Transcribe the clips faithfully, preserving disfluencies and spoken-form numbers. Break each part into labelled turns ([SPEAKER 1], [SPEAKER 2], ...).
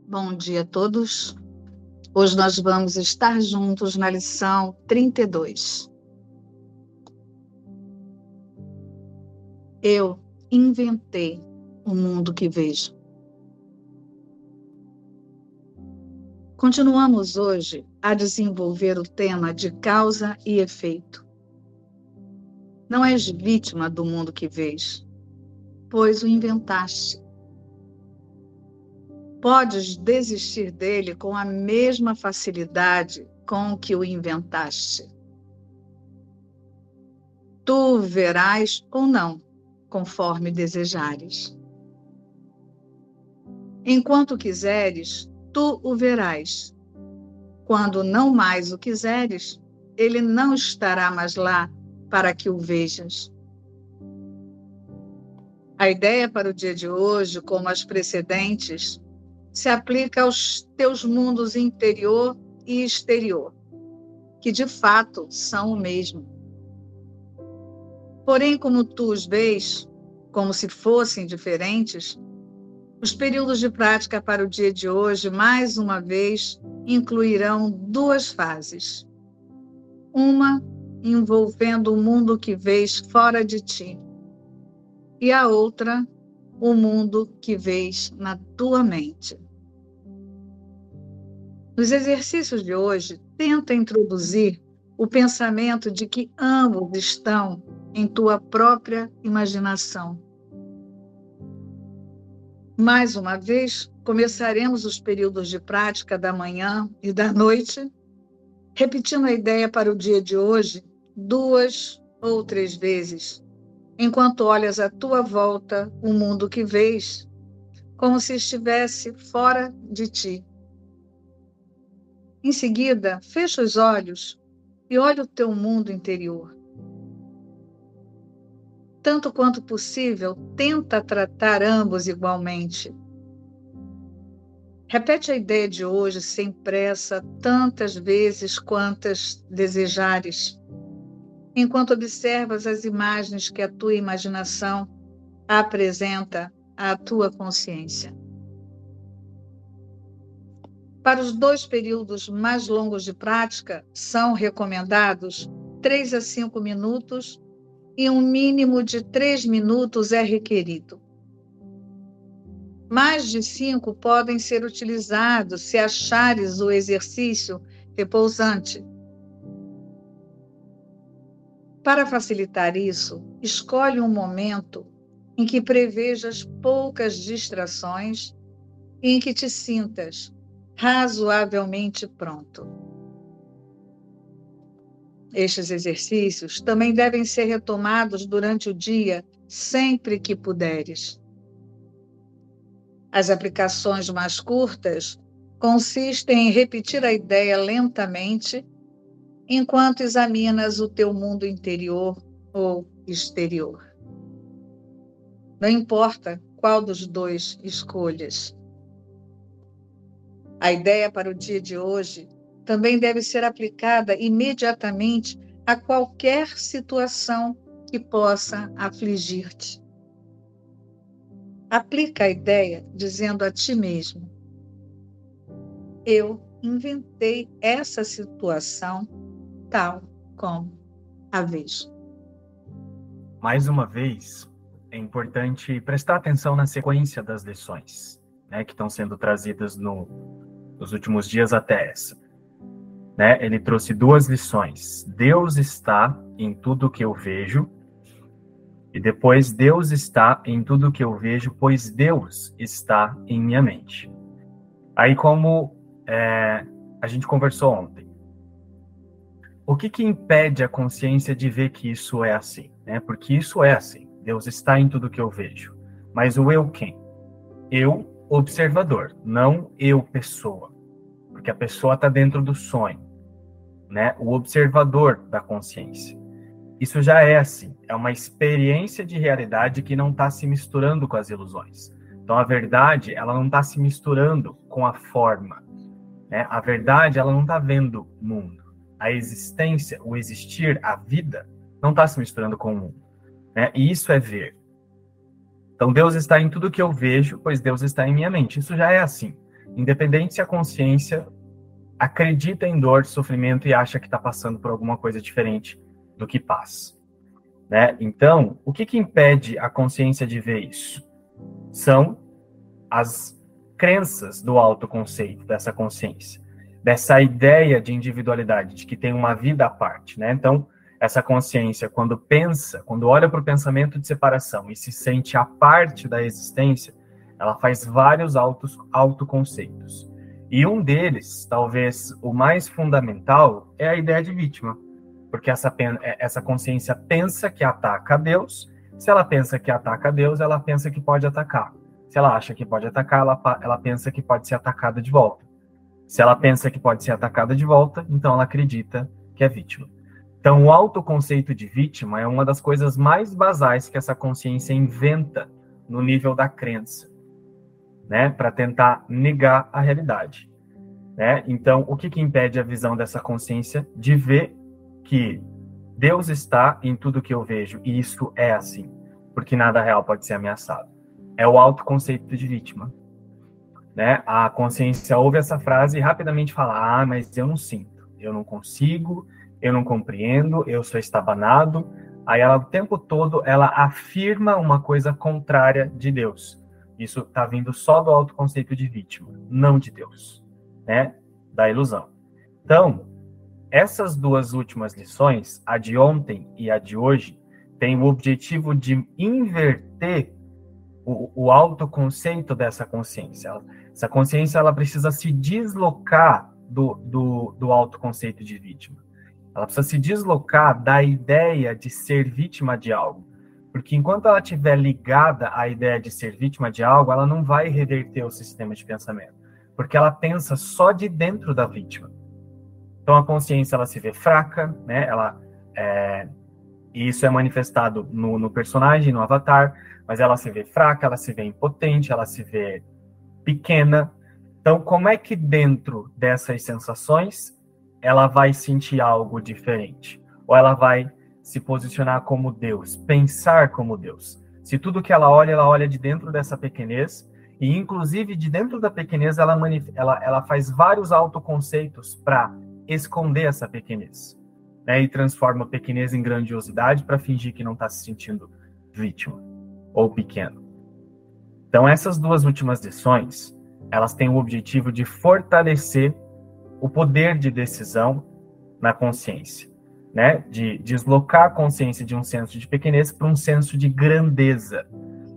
[SPEAKER 1] Bom dia a todos. Hoje nós vamos estar juntos na lição trinta e dois. Eu inventei o mundo que vejo. Continuamos hoje a desenvolver o tema de causa e efeito. Não és vítima do mundo que vês, pois o inventaste. Podes desistir dele com a mesma facilidade com que o inventaste. Tu o verás ou não, conforme desejares. Enquanto quiseres, tu o verás. Quando não mais o quiseres, ele não estará mais lá para que o vejas. A ideia para o dia de hoje, como as precedentes, se aplica aos teus mundos interior e exterior, que de fato são o mesmo. Porém, como tu os vês, como se fossem diferentes, os períodos de prática para o dia de hoje, mais uma vez, incluirão duas fases. Uma envolvendo o mundo que vês fora de ti, e a outra, o mundo que vês na tua mente. Nos exercícios de hoje, tenta introduzir o pensamento de que ambos estão em tua própria imaginação. Mais uma vez, começaremos os períodos de prática da manhã e da noite, repetindo a ideia para o dia de hoje duas ou três vezes, enquanto olhas à tua volta o mundo que vês, como se estivesse fora de ti. Em seguida, fecha os olhos e olha o teu mundo interior. Tanto quanto possível, tenta tratar ambos igualmente. Repete a ideia de hoje sem pressa, tantas vezes quantas desejares, enquanto observas as imagens que a tua imaginação apresenta à tua consciência. Para os dois períodos mais longos de prática, são recomendados três a cinco minutos e um mínimo de três minutos é requerido. Mais de cinco podem ser utilizados se achares o exercício repousante. Para facilitar isso, escolhe um momento em que prevejas poucas distrações e em que te sintas razoavelmente pronto. Estes exercícios também devem ser retomados durante o dia, sempre que puderes. As aplicações mais curtas consistem em repetir a ideia lentamente, enquanto examinas o teu mundo interior ou exterior. Não importa qual dos dois escolhas. A ideia para o dia de hoje também deve ser aplicada imediatamente a qualquer situação que possa afligir-te. Aplica a ideia dizendo a ti mesmo: eu inventei essa situação tal como a vejo.
[SPEAKER 2] Mais uma vez, é importante prestar atenção na sequência das lições, né, que estão sendo trazidas no, nos últimos dias até essa. Né? Ele trouxe duas lições. Deus está em tudo que eu vejo, e depois Deus está em tudo que eu vejo, pois Deus está em minha mente. Aí, como é, a gente conversou ontem, o que que impede a consciência de ver que isso é assim? Né? Porque isso é assim. Deus está em tudo que eu vejo. Mas o eu quem? Eu, observador, não eu, pessoa. Porque a pessoa está dentro do sonho. Né? O observador da consciência. Isso já é assim. É uma experiência de realidade que não está se misturando com as ilusões. Então, a verdade, ela não está se misturando com a forma. Né? A verdade, ela não está vendo o mundo. A existência, o existir, a vida, não está se misturando com o mundo. Né? E isso é ver. Então, Deus está em tudo que eu vejo, pois Deus está em minha mente. Isso já é assim. independente se a consciência acredita em dor, sofrimento e acha que está passando por alguma coisa diferente do que passa. Né? Então, o que, que impede a consciência de ver isso? São as crenças do autoconceito dessa consciência, dessa ideia de individualidade, de que tem uma vida à parte. Né? Então, essa consciência, quando pensa, quando olha para o pensamento de separação e se sente à parte da existência, ela faz vários autos, autoconceitos. E um deles, talvez o mais fundamental, é a ideia de vítima. Porque essa, essa consciência pensa que ataca a Deus. Se ela pensa que ataca a Deus, ela pensa que pode atacar. Se ela acha que pode atacar, ela, ela pensa que pode ser atacada de volta. Se ela pensa que pode ser atacada de volta, então ela acredita que é vítima. Então, o autoconceito de vítima é uma das coisas mais basais que essa consciência inventa no nível da crença, né, para tentar negar a realidade. Né? Então, o que, que impede a visão dessa consciência de ver que Deus está em tudo que eu vejo, e isso é assim, porque nada real pode ser ameaçado? É o autoconceito de vítima. Né? A consciência ouve essa frase e rapidamente fala: ah, mas eu não sinto, eu não consigo, eu não compreendo, eu sou estabanado. Aí ela, o tempo todo, ela afirma uma coisa contrária de Deus. Isso está vindo só do autoconceito de vítima, não de Deus, né? Da ilusão. Então, essas duas últimas lições, a de ontem e a de hoje, têm o objetivo de inverter o, o autoconceito dessa consciência. Essa consciência ela precisa se deslocar do, do, do autoconceito de vítima. Ela precisa se deslocar da ideia de ser vítima de algo. Porque enquanto ela estiver ligada à ideia de ser vítima de algo, ela não vai reverter o sistema de pensamento. Porque ela pensa só de dentro da vítima. Então, a consciência, ela se vê fraca, né? Ela, é, e isso é manifestado no, no personagem, no avatar, mas ela se vê fraca, ela se vê impotente, ela se vê pequena. Então, como é que dentro dessas sensações ela vai sentir algo diferente? Ou ela vai se posicionar como Deus, pensar como Deus? Se tudo que ela olha, ela olha de dentro dessa pequenez, e inclusive de dentro da pequenez ela, ela, ela faz vários autoconceitos para esconder essa pequenez, né? E transforma a pequenez em grandiosidade para fingir que não está se sentindo vítima ou pequeno. Então, essas duas últimas lições, elas têm o objetivo de fortalecer o poder de decisão na consciência, né? De deslocar a consciência de um senso de pequenez para um senso de grandeza.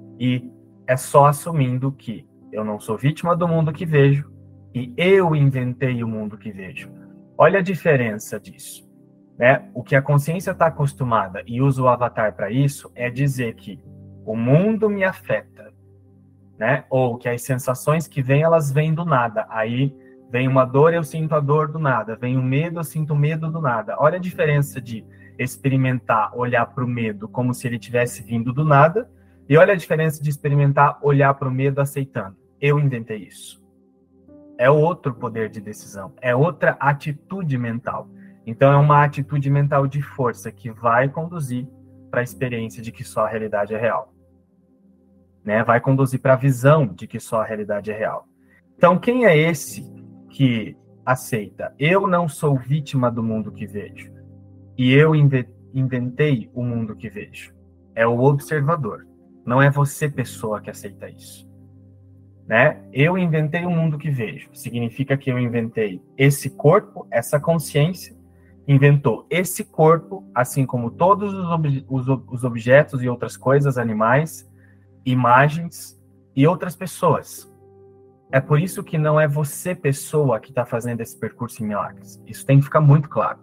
[SPEAKER 2] E é só assumindo que eu não sou vítima do mundo que vejo e eu inventei o mundo que vejo. Olha a diferença disso. Né? O que a consciência está acostumada e usa o avatar para isso é dizer que o mundo me afeta, né? Ou que as sensações que vêm, elas vêm do nada. Aí vem uma dor, eu sinto a dor do nada. Vem um medo, eu sinto medo do nada. Olha a diferença de experimentar, olhar para o medo como se ele tivesse vindo do nada, e olha a diferença de experimentar, olhar para o medo aceitando. Eu inventei isso. É outro poder de decisão, é outra atitude mental. Então, é uma atitude mental de força que vai conduzir para a experiência de que só a realidade é real. Né? Vai conduzir para a visão de que só a realidade é real. Então, quem é esse que aceita? Eu não sou vítima do mundo que vejo. E eu inventei o mundo que vejo. É o observador. Não é você, pessoa, que aceita isso. Né? Eu inventei o mundo que vejo. Significa que eu inventei esse corpo, essa consciência, inventou esse corpo, assim como todos os, ob- os, ob- os objetos e outras coisas, animais, imagens e outras pessoas. É por isso que não é você, pessoa, que está fazendo esse percurso em milagres. Isso tem que ficar muito claro.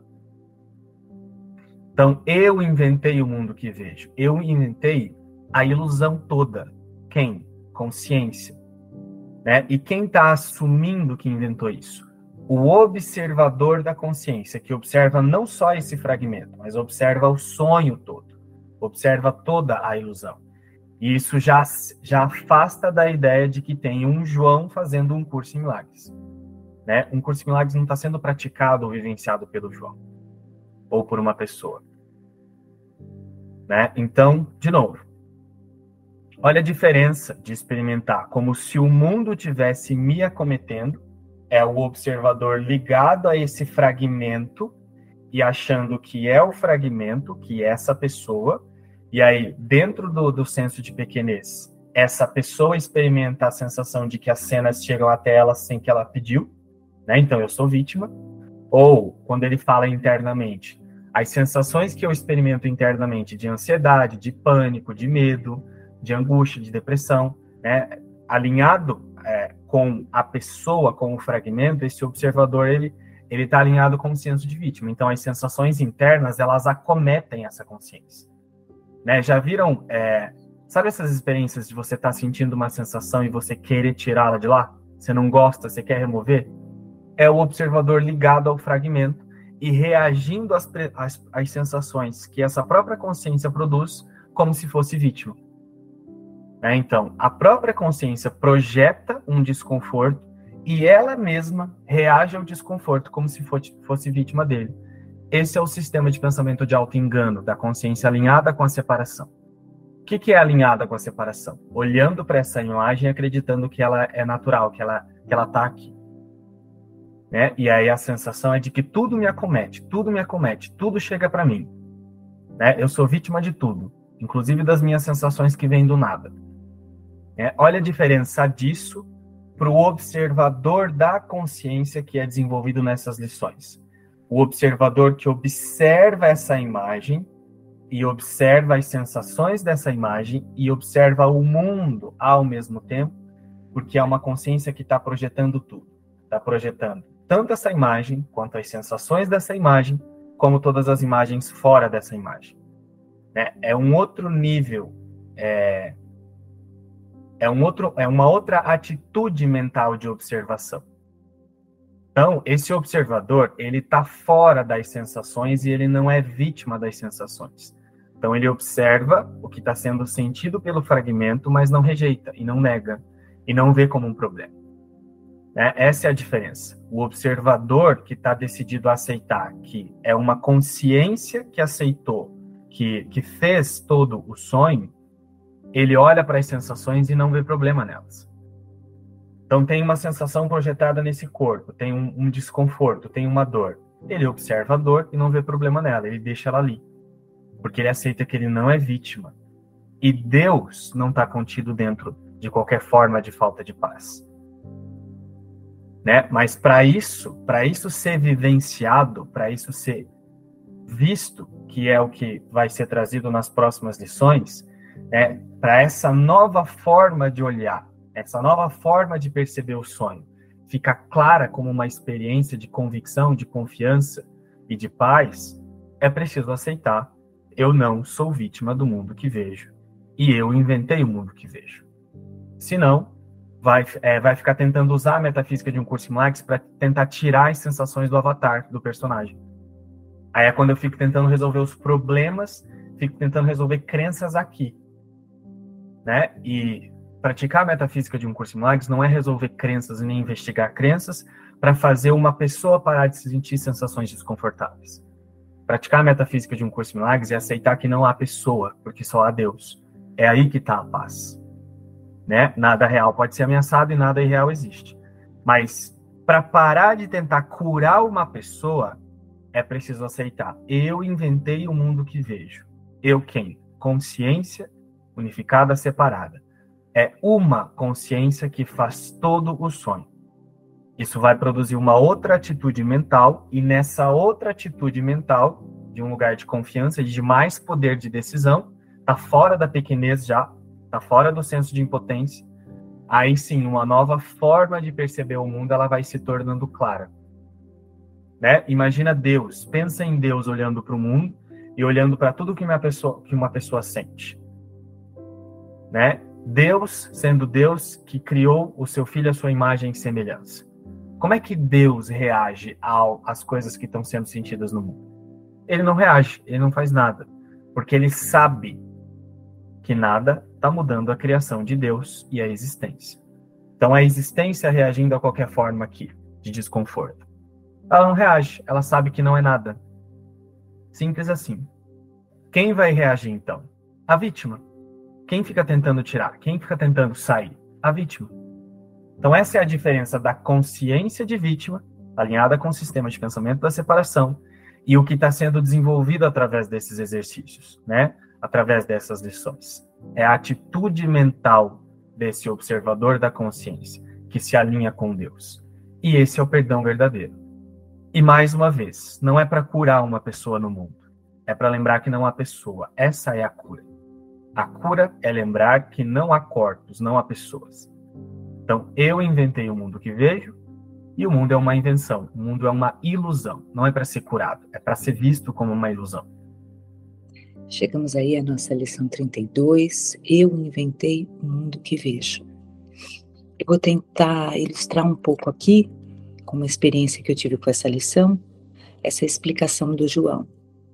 [SPEAKER 2] Então, eu inventei o mundo que vejo. Eu inventei a ilusão toda. Quem? Consciência. Né? E quem está assumindo que inventou isso? O observador da consciência, que observa não só esse fragmento, mas observa o sonho todo, observa toda a ilusão. E isso já, já afasta da ideia de que tem um João fazendo um curso em milagres. Né? Um curso em milagres não está sendo praticado ou vivenciado pelo João, ou por uma pessoa. Né? Então, de novo, Olha a diferença de experimentar como se o mundo tivesse me acometendo, é o observador ligado a esse fragmento e achando que é o fragmento, que é essa pessoa, e aí, dentro do, do senso de pequenez, essa pessoa experimenta a sensação de que as cenas chegam até ela sem que ela pediu, né? Então eu sou vítima. Ou, quando ele fala internamente, as sensações que eu experimento internamente de ansiedade, de pânico, de medo, de angústia, de depressão, né? Alinhado é, com a pessoa, com o fragmento, esse observador, ele ele está alinhado com o senso de vítima. Então, as sensações internas, elas acometem essa consciência. Né? Já viram, é, sabe essas experiências de você estar tá sentindo uma sensação e você querer tirá-la de lá? Você não gosta, você quer remover? É o observador ligado ao fragmento e reagindo às, às, às sensações que essa própria consciência produz como se fosse vítima. Né? Então, a própria consciência projeta um desconforto e ela mesma reage ao desconforto como se fosse, fosse vítima dele. Esse é o sistema de pensamento de auto-engano, da consciência alinhada com a separação. O que, que é alinhada com a separação? Olhando para essa imagem e acreditando que ela é natural, que ela que ela está aqui. Né? E aí a sensação é de que tudo me acomete, tudo me acomete, tudo chega para mim. Né? Eu sou vítima de tudo, inclusive das minhas sensações que vêm do nada. Né? Olha a diferença disso para o observador da consciência que é desenvolvido nessas lições. O observador que observa essa imagem e observa as sensações dessa imagem e observa o mundo ao mesmo tempo, porque é uma consciência que está projetando tudo. Está projetando tanto essa imagem, quanto as sensações dessa imagem, como todas as imagens fora dessa imagem. Né? É um outro nível... É... É, um outro, é uma outra atitude mental de observação. Então, esse observador, ele está fora das sensações e ele não é vítima das sensações. Então, ele observa o que está sendo sentido pelo fragmento, mas não rejeita e não nega e não vê como um problema. Né? Essa é a diferença. O observador que está decidido a aceitar que é uma consciência que aceitou, que, que fez todo o sonho, ele olha para as sensações e não vê problema nelas. Então tem uma sensação projetada nesse corpo, tem um, um desconforto, tem uma dor. Ele observa a dor e não vê problema nela, ele deixa ela ali. Porque ele aceita que ele não é vítima. E Deus não está contido dentro de qualquer forma de falta de paz. Né? Mas para isso, para isso ser vivenciado, para isso ser visto, que é o que vai ser trazido nas próximas lições, né? Para essa nova forma de olhar, essa nova forma de perceber o sonho, fica clara como uma experiência de convicção, de confiança e de paz, é preciso aceitar: eu não sou vítima do mundo que vejo, e eu inventei o mundo que vejo. Senão, vai, é, vai ficar tentando usar a metafísica de um curso em milagres para tentar tirar as sensações do avatar, do personagem. Aí é quando eu fico tentando resolver os problemas, fico tentando resolver crenças aqui. Né? E praticar a metafísica de um curso em milagres não é resolver crenças e nem investigar crenças para fazer uma pessoa parar de se sentir sensações desconfortáveis. Praticar a metafísica de um curso em milagres é aceitar que não há pessoa, porque só há Deus. É aí que está a paz. Né? Nada real pode ser ameaçado e nada irreal existe. Mas para parar de tentar curar uma pessoa, é preciso aceitar: eu inventei o mundo que vejo. Eu quem? Consciência unificada, separada. É uma consciência que faz todo o sonho. Isso vai produzir uma outra atitude mental, e nessa outra atitude mental, de um lugar de confiança e de mais poder de decisão, está fora da pequenez já, está fora do senso de impotência, aí sim, uma nova forma de perceber o mundo, ela vai se tornando clara. Né? Imagina Deus, pensa em Deus olhando para o mundo e olhando para tudo que uma pessoa, que uma pessoa sente. Né? Deus, sendo Deus que criou o seu filho à sua imagem e semelhança. Como é que Deus reage às coisas que estão sendo sentidas no mundo? Ele não reage, ele não faz nada, porque ele sabe que nada está mudando a criação de Deus e a existência. Então a existência reagindo a qualquer forma aqui, de desconforto. Ela não reage, ela sabe que não é nada. Simples assim. Quem vai reagir então? A vítima. Quem fica tentando tirar? Quem fica tentando sair? A vítima. Então essa é a diferença da consciência de vítima, alinhada com o sistema de pensamento da separação, e o que está sendo desenvolvido através desses exercícios, né? Através dessas lições. É a atitude mental desse observador da consciência, que se alinha com Deus. E esse é o perdão verdadeiro. E mais uma vez, não é para curar uma pessoa no mundo, é para lembrar que não há pessoa. Essa é a cura. A cura é lembrar que não há corpos, não há pessoas. Então, eu inventei o mundo que vejo, e o mundo é uma invenção, o mundo é uma ilusão. Não é para ser curado, é para ser visto como uma ilusão.
[SPEAKER 3] Chegamos aí à nossa lição trinta e dois, eu inventei o mundo que vejo. Eu vou tentar ilustrar um pouco aqui, com uma experiência que eu tive com essa lição, essa explicação do João.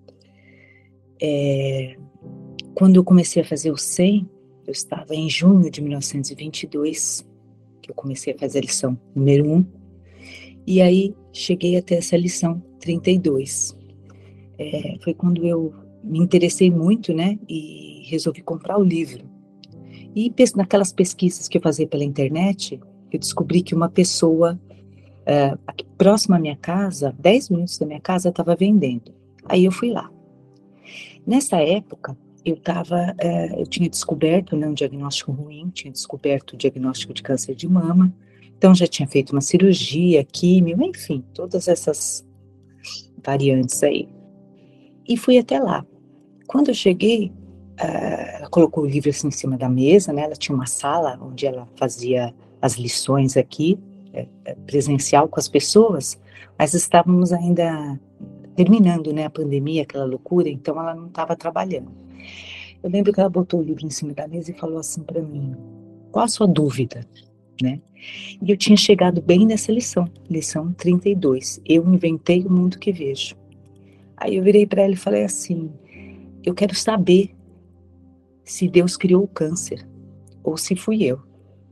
[SPEAKER 3] É, quando eu comecei a fazer o cem, eu estava em junho de mil novecentos e vinte e dois, que eu comecei a fazer a lição número um, e aí cheguei até essa lição trinta e dois. É, foi quando eu me interessei muito, né, e resolvi comprar o livro. E naquelas pesquisas que eu fazia pela internet, eu descobri que uma pessoa uh, aqui próxima à minha casa, dez minutos da minha casa, estava vendendo. Aí eu fui lá. Nessa época, eu, tava, uh, eu tinha descoberto, né, um diagnóstico ruim, tinha descoberto o diagnóstico de câncer de mama, então já tinha feito uma cirurgia, químio, enfim, todas essas variantes aí. E fui até lá. Quando eu cheguei, uh, ela colocou o livro assim em cima da mesa, né? Ela tinha uma sala onde ela fazia as lições aqui, é, é, presencial com as pessoas, mas estávamos ainda terminando, né, a pandemia, aquela loucura, então ela não estava trabalhando. Eu lembro que ela botou o livro em cima da mesa e falou assim para mim, qual a sua dúvida, né? E eu tinha chegado bem nessa lição, lição trinta e dois, eu inventei o mundo que vejo. Aí eu virei para ela e falei assim, eu quero saber se Deus criou o câncer ou se fui eu.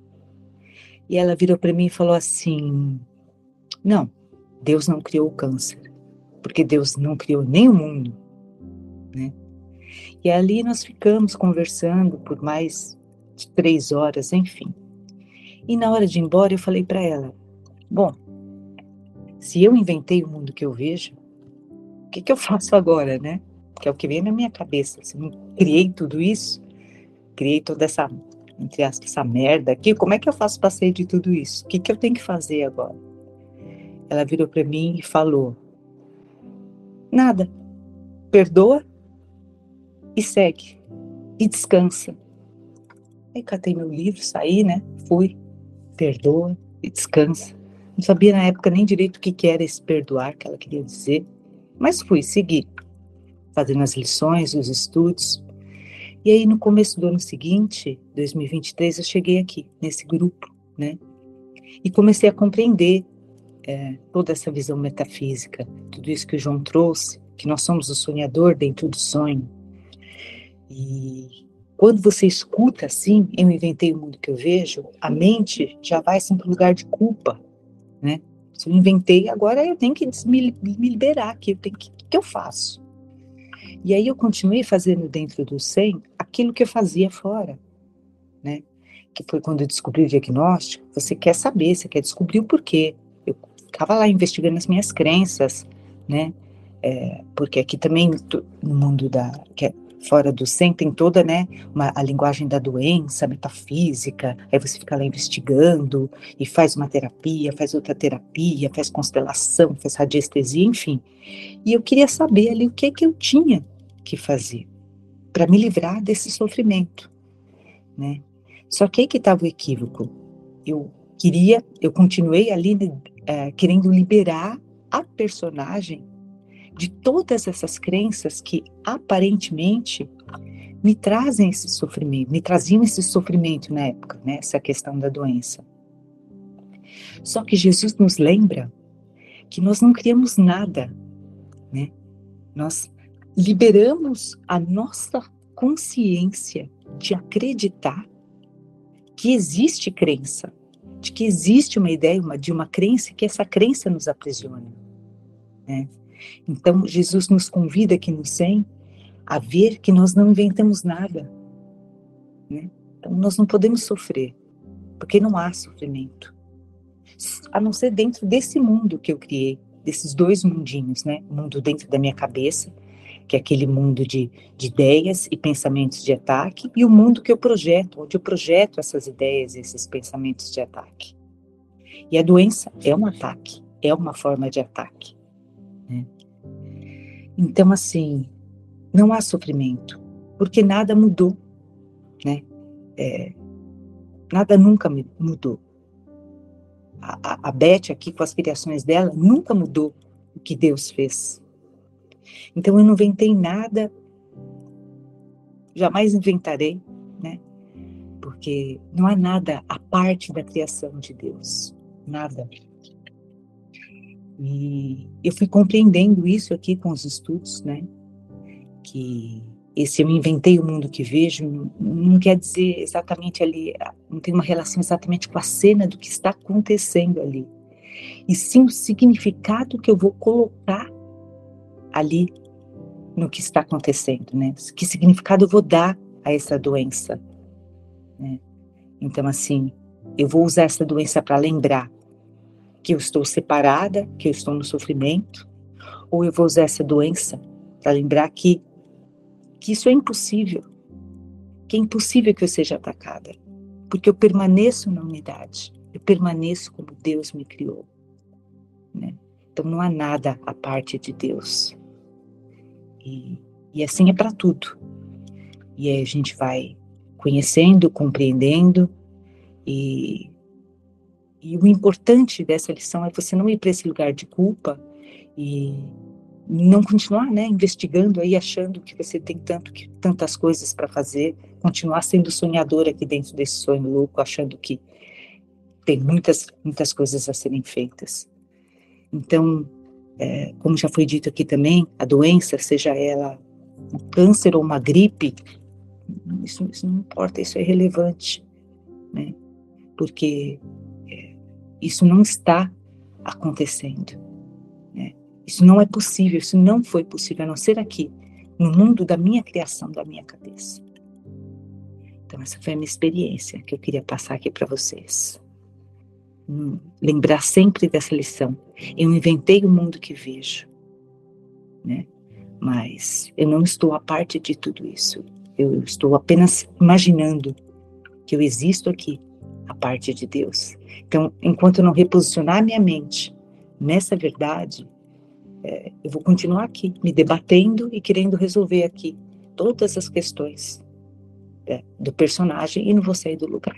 [SPEAKER 3] E ela virou para mim e falou assim, não, Deus não criou o câncer, porque Deus não criou nem o mundo, né? E ali nós ficamos conversando por mais de três horas, enfim. E na hora de ir embora eu falei para ela, bom, se eu inventei o mundo que eu vejo, o que, que eu faço agora, né? Que é o que vem na minha cabeça. Assim, eu criei tudo isso, criei toda essa, entre aspas, essa merda aqui, como é que eu faço para sair de tudo isso? O que, que eu tenho que fazer agora? Ela virou para mim e falou, nada, perdoa e segue, e descansa. Aí catei meu livro, saí, né, fui, perdoa e descansa. Não sabia na época nem direito o que, que era esse perdoar que ela queria dizer, mas fui, segui, fazendo as lições, os estudos. E aí no começo do ano seguinte, dois mil e vinte e três, eu cheguei aqui, nesse grupo, né, e comecei a compreender é, toda essa visão metafísica, tudo isso que o João trouxe, que nós somos o sonhador dentro do sonho. E quando você escuta assim, eu inventei o mundo que eu vejo, a mente já vai assim para o lugar de culpa, né? Se eu inventei, agora eu tenho que me, me liberar aqui, eu tenho que, o que eu faço? E aí eu continuei fazendo dentro do cem aquilo que eu fazia fora, né? Que foi quando eu descobri o diagnóstico, você quer saber, você quer descobrir o porquê. Eu ficava lá investigando as minhas crenças, né? É, porque aqui também, no mundo da... Que é, fora do cem tem toda, né, uma, a linguagem da doença, metafísica, aí você fica lá investigando e faz uma terapia, faz outra terapia, faz constelação, faz radiestesia, enfim. E eu queria saber ali o que é que eu tinha que fazer para me livrar desse sofrimento, né? Só que aí que estava o equívoco. Eu queria, eu continuei ali é, querendo liberar a personagem de todas essas crenças que aparentemente me trazem esse sofrimento, me traziam esse sofrimento na época, né? Essa questão da doença. Só que Jesus nos lembra que nós não criamos nada, né? Nós liberamos a nossa consciência de acreditar que existe crença, de que existe uma ideia uma, de uma crença, que essa crença nos aprisiona, né? Então, Jesus nos convida aqui no cem a ver que nós não inventamos nada, né? Então, nós não podemos sofrer, porque não há sofrimento. A não ser dentro desse mundo que eu criei, desses dois mundinhos, né? O mundo dentro da minha cabeça, que é aquele mundo de, de ideias e pensamentos de ataque, e o mundo que eu projeto, onde eu projeto essas ideias e esses pensamentos de ataque. E a doença é um ataque, é uma forma de ataque, né? Então, assim, não há sofrimento, porque nada mudou, né? É, nada nunca mudou. A, a, a Beth aqui, com as criações dela, nunca mudou o que Deus fez. Então, eu não inventei nada, jamais inventarei, né? Porque não há nada à parte da criação de Deus, nada. E eu fui compreendendo isso aqui com os estudos, né? Que esse eu inventei o mundo que vejo, não, não quer dizer exatamente ali, não tem uma relação exatamente com a cena do que está acontecendo ali. E sim o significado que eu vou colocar ali no que está acontecendo, né? Que significado eu vou dar a essa doença, né? Então, assim, eu vou usar essa doença para lembrar que eu estou separada, que eu estou no sofrimento, ou eu vou usar essa doença para lembrar que, que isso é impossível, que é impossível que eu seja atacada, porque eu permaneço na unidade, eu permaneço como Deus me criou, né? Então não há nada à parte de Deus. E, e assim é para tudo. E aí a gente vai conhecendo, compreendendo, e, e o importante dessa lição é você não ir para esse lugar de culpa e não continuar, né, investigando aí, achando que você tem tanto, que, tantas coisas para fazer, continuar sendo sonhador aqui dentro desse sonho louco, achando que tem muitas, muitas coisas a serem feitas. Então, é, como já foi dito aqui também, a doença, seja ela um câncer ou uma gripe, isso, isso não importa, isso é irrelevante, né? Porque é, isso não está acontecendo, né? Isso não é possível, isso não foi possível, a não ser aqui, no mundo da minha criação, da minha cabeça. Então, essa foi a minha experiência que eu queria passar aqui para vocês. Hum, lembrar sempre dessa lição. Eu inventei o mundo que vejo, né? Mas eu não estou à parte de tudo isso. Eu estou apenas imaginando que eu existo aqui, a parte de Deus. Então, enquanto eu não reposicionar minha mente nessa verdade, é, eu vou continuar aqui, me debatendo e querendo resolver aqui todas as questões, é, do personagem, e não vou sair do lugar.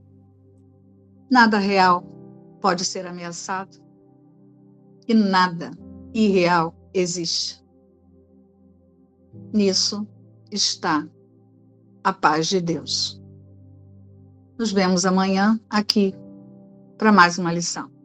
[SPEAKER 1] Nada real pode ser ameaçado e nada irreal existe. Nisso está a paz de Deus. Nos vemos amanhã aqui para mais uma lição.